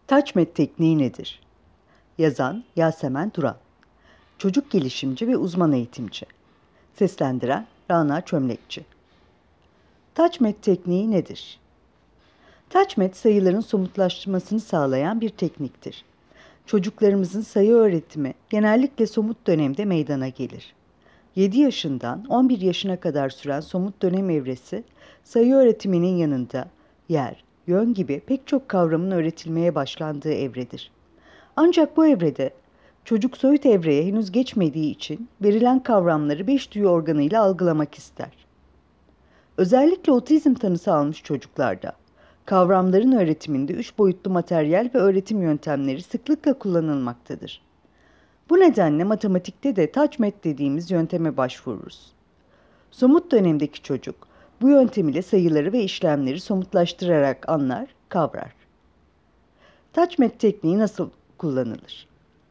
Touchmet tekniği nedir? Yazan Yasemen Duran. Çocuk gelişimci ve uzman eğitimci. Seslendiren Rana Çömlekçi. Touchmet tekniği nedir? Touchmet sayıların somutlaşmasını sağlayan bir tekniktir. Çocuklarımızın sayı öğretimi genellikle somut dönemde meydana gelir. 7 yaşından 11 yaşına kadar süren somut dönem evresi, sayı öğretiminin yanında yer, yön gibi pek çok kavramın öğretilmeye başlandığı evredir. Ancak bu evrede çocuk soyut evreye henüz geçmediği için verilen kavramları 5 duyu organıyla algılamak ister. Özellikle otizm tanısı almış çocuklarda kavramların öğretiminde 3 boyutlu materyal ve öğretim yöntemleri sıklıkla kullanılmaktadır. Bu nedenle matematikte de Touchmet dediğimiz yönteme başvururuz. Somut dönemdeki çocuk bu yöntem ile sayıları ve işlemleri somutlaştırarak anlar, kavrar. Touchmet tekniği nasıl kullanılır?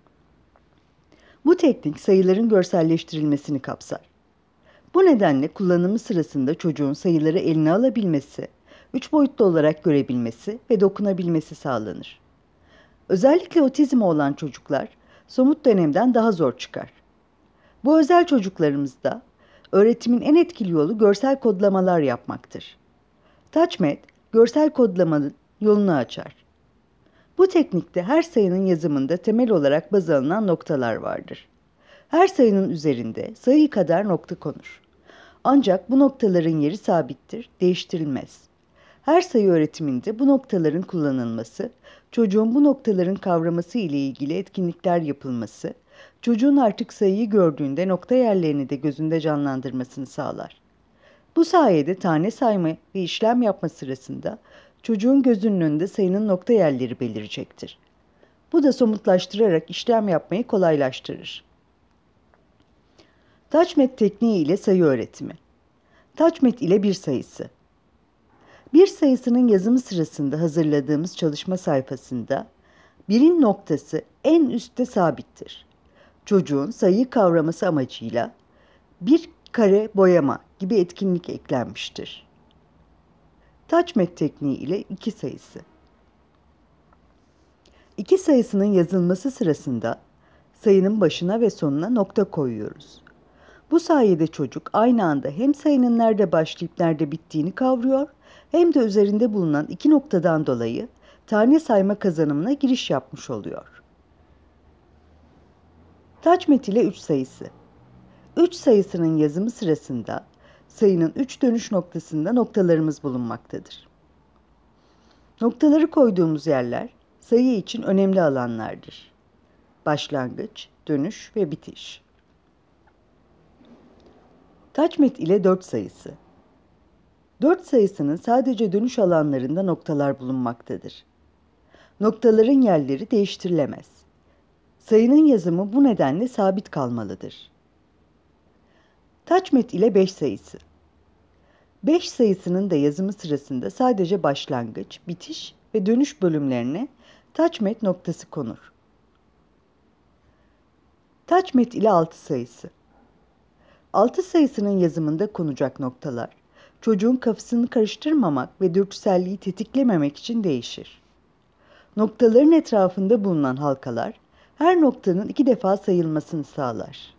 Bu teknik sayıların görselleştirilmesini kapsar. Bu nedenle kullanımı sırasında çocuğun sayıları eline alabilmesi, 3 boyutlu olarak görebilmesi ve dokunabilmesi sağlanır. Özellikle otizmi olan çocuklar somut dönemden daha zor çıkar. Bu özel çocuklarımızda öğretimin en etkili yolu görsel kodlamalar yapmaktır. Touchmet, görsel kodlamanın yolunu açar. Bu teknikte her sayının yazımında temel olarak baz alınan noktalar vardır. Her sayının üzerinde sayı kadar nokta konur. Ancak bu noktaların yeri sabittir, değiştirilmez. Her sayı öğretiminde bu noktaların kullanılması, çocuğun bu noktaların kavraması ile ilgili etkinlikler yapılması, çocuğun artık sayıyı gördüğünde nokta yerlerini de gözünde canlandırmasını sağlar. Bu sayede tane sayma ve işlem yapma sırasında çocuğun gözünün önünde sayının nokta yerleri belirecektir. Bu da somutlaştırarak işlem yapmayı kolaylaştırır. Touchmet tekniği ile sayı öğretimi. Touchmet ile bir sayısı. Bir sayısının yazımı sırasında hazırladığımız çalışma sayfasında birin noktası en üstte sabittir. Çocuğun sayıyı kavraması amacıyla bir kare boyama gibi etkinlik eklenmiştir. Touchmet tekniği ile iki sayısı. İki sayısının yazılması sırasında sayının başına ve sonuna nokta koyuyoruz. Bu sayede çocuk aynı anda hem sayının nerede başlayıp nerede bittiğini kavruyor, hem de üzerinde bulunan iki noktadan dolayı tane sayma kazanımına giriş yapmış oluyor. Touchmet ile 3 sayısı. 3 sayısının yazımı sırasında sayının 3 dönüş noktasında noktalarımız bulunmaktadır. Noktaları koyduğumuz yerler sayı için önemli alanlardır. Başlangıç, dönüş ve bitiş. Touchmet ile 4 sayısı. 4 sayısının sadece dönüş alanlarında noktalar bulunmaktadır. Noktaların yerleri değiştirilemez. Sayının yazımı bu nedenle sabit kalmalıdır. Touchmet ile 5 sayısı. 5 sayısının da yazımı sırasında sadece başlangıç, bitiş ve dönüş bölümlerine Touchmet noktası konur. Touchmet ile 6 sayısı. 6 sayısının yazımında konacak noktalar, çocuğun kafasını karıştırmamak ve dürtüselliği tetiklememek için değişir. Noktaların etrafında bulunan halkalar, her noktanın 2 defa sayılmasını sağlar.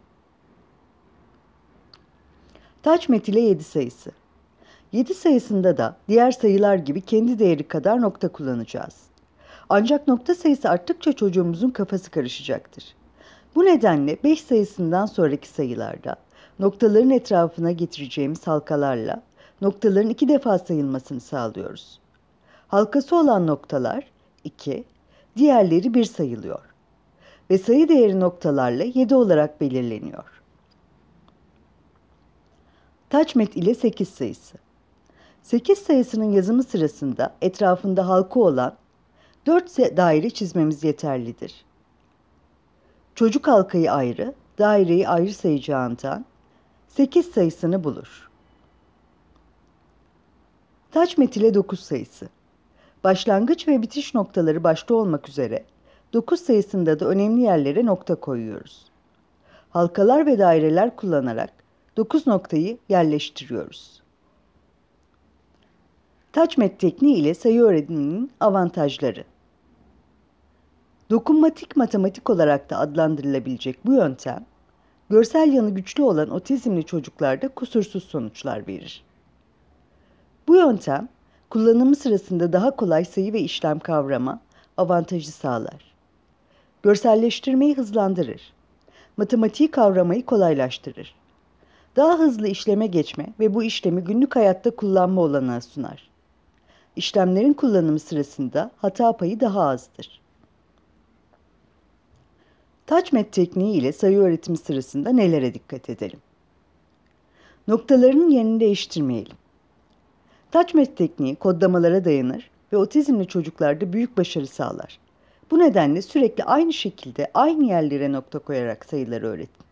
Touchmet ile 7 sayısı. 7 sayısında da diğer sayılar gibi kendi değeri kadar nokta kullanacağız. Ancak nokta sayısı arttıkça çocuğumuzun kafası karışacaktır. Bu nedenle 5 sayısından sonraki sayılarda noktaların etrafına getireceğimiz halkalarla noktaların 2 defa sayılmasını sağlıyoruz. Halkası olan noktalar 2, diğerleri 1 sayılıyor ve sayı değeri noktalarla 7 olarak belirleniyor. Touchmet ile 8 sayısı. 8 sayısının yazımı sırasında etrafında halka olan 4 daire çizmemiz yeterlidir. Çocuk halkayı ayrı, daireyi ayrı sayacağından 8 sayısını bulur. Touchmet ile 9 sayısı. Başlangıç ve bitiş noktaları başta olmak üzere 9 sayısında da önemli yerlere nokta koyuyoruz. Halkalar ve daireler kullanarak 9 noktayı yerleştiriyoruz. Touchmet tekniği ile sayı öğreniminin avantajları. Dokunmatik matematik olarak da adlandırılabilecek bu yöntem, görsel yanı güçlü olan otizmli çocuklarda kusursuz sonuçlar verir. Bu yöntem, kullanımı sırasında daha kolay sayı ve işlem kavrama avantajı sağlar. Görselleştirmeyi hızlandırır. Matematiği kavramayı kolaylaştırır. Daha hızlı işleme geçme ve bu işlemi günlük hayatta kullanma olanağı sunar. İşlemlerin kullanımı sırasında hata payı daha azdır. TouchMath tekniği ile sayı öğretimi sırasında nelere dikkat edelim? Noktaların yerini değiştirmeyelim. TouchMath tekniği kodlamalara dayanır ve otizmli çocuklarda büyük başarı sağlar. Bu nedenle sürekli aynı şekilde aynı yerlere nokta koyarak sayıları öğretin.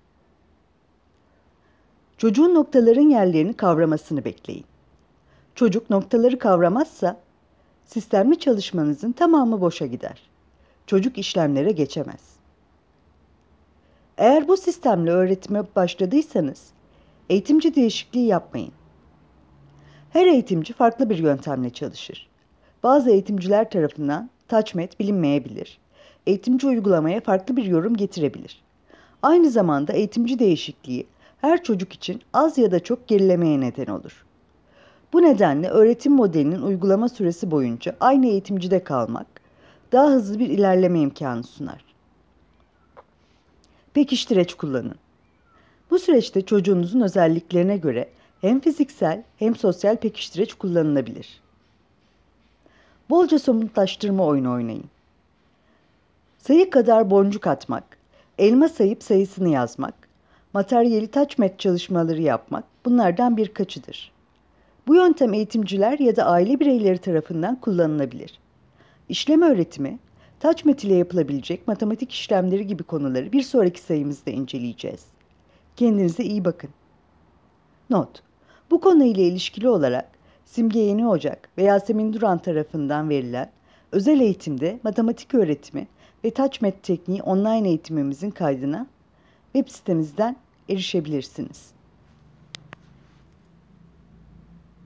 Çocuğun noktaların yerlerini kavramasını bekleyin. Çocuk noktaları kavramazsa sistemli çalışmanızın tamamı boşa gider. Çocuk işlemlere geçemez. Eğer bu sistemle öğretime başladıysanız eğitimci değişikliği yapmayın. Her eğitimci farklı bir yöntemle çalışır. Bazı eğitimciler tarafından TouchMath bilinmeyebilir. Eğitimci uygulamaya farklı bir yorum getirebilir. Aynı zamanda eğitimci değişikliği her çocuk için az ya da çok gerilemeye neden olur. Bu nedenle öğretim modelinin uygulama süresi boyunca aynı eğitimcide kalmak daha hızlı bir ilerleme imkanı sunar. Pekiştireç kullanın. Bu süreçte çocuğunuzun özelliklerine göre hem fiziksel hem sosyal pekiştireç kullanılabilir. Bolca somutlaştırma oyunu oynayın. Sayı kadar boncuk atmak, elma sayıp sayısını yazmak, materyali TouchMath çalışmaları yapmak bunlardan birkaçıdır. Bu yöntem eğitimciler ya da aile bireyleri tarafından kullanılabilir. İşlem öğretimi, TouchMath ile yapılabilecek matematik işlemleri gibi konuları bir sonraki sayımızda inceleyeceğiz. Kendinize iyi bakın. Not: Bu konuyla ilişkili olarak Simge Yeni Ocak ve Yasemin Duran tarafından verilen özel eğitimde matematik öğretimi ve TouchMath tekniği online eğitimimizin kaydına web sitemizden erişebilirsiniz.